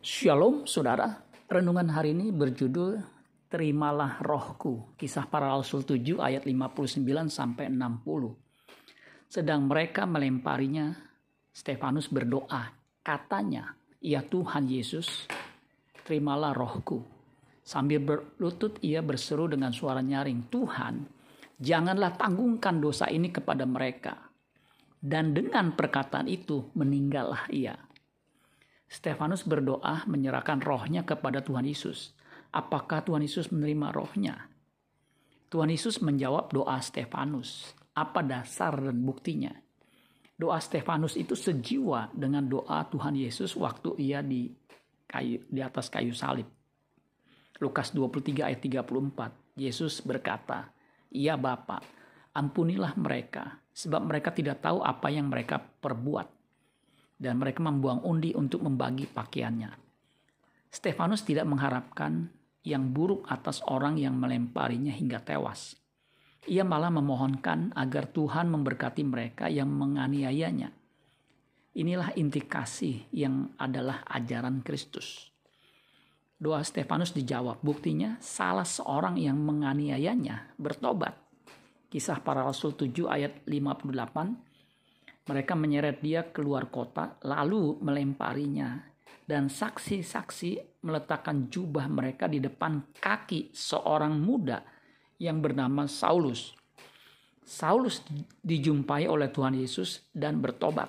Shalom saudara, renungan hari ini berjudul Terimalah Rohku, Kisah Para Rasul 7 ayat 59 sampai 60. Sedang mereka melemparinya, Stefanus berdoa, katanya, "Ya Tuhan Yesus, terimalah rohku." Sambil berlutut ia berseru dengan suara nyaring, "Tuhan, janganlah tanggungkan dosa ini kepada mereka." Dan dengan perkataan itu meninggallah ia. Stefanus berdoa menyerahkan rohnya kepada Tuhan Yesus. Apakah Tuhan Yesus menerima rohnya? Tuhan Yesus menjawab doa Stefanus. Apa dasar dan buktinya? Doa Stefanus itu sejiwa dengan doa Tuhan Yesus waktu ia di atas kayu salib. Lukas 23 ayat 34. Yesus berkata, "Ya Bapa, ampunilah mereka, sebab mereka tidak tahu apa yang mereka perbuat." Dan mereka membuang undi untuk membagi pakaiannya. Stefanus tidak mengharapkan yang buruk atas orang yang melemparinya hingga tewas. Ia malah memohonkan agar Tuhan memberkati mereka yang menganiayanya. Inilah inti kasih yang adalah ajaran Kristus. Doa Stefanus dijawab. Buktinya salah seorang yang menganiayanya bertobat. Kisah Para Rasul 7 ayat 58. Mereka menyeret dia keluar kota lalu melemparinya. Dan saksi-saksi meletakkan jubah mereka di depan kaki seorang muda yang bernama Saulus. Saulus dijumpai oleh Tuhan Yesus dan bertobat.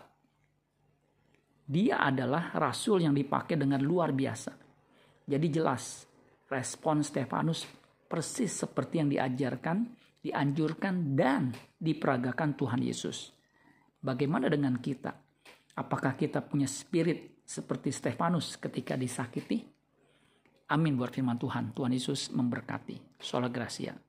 Dia adalah rasul yang dipakai dengan luar biasa. Jadi jelas respon Stefanus persis seperti yang diajarkan, dianjurkan dan diperagakan Tuhan Yesus. Bagaimana dengan kita? Apakah kita punya spirit seperti Stefanus ketika disakiti? Amin buat firman Tuhan. Tuhan Yesus memberkati. Sola Gracia.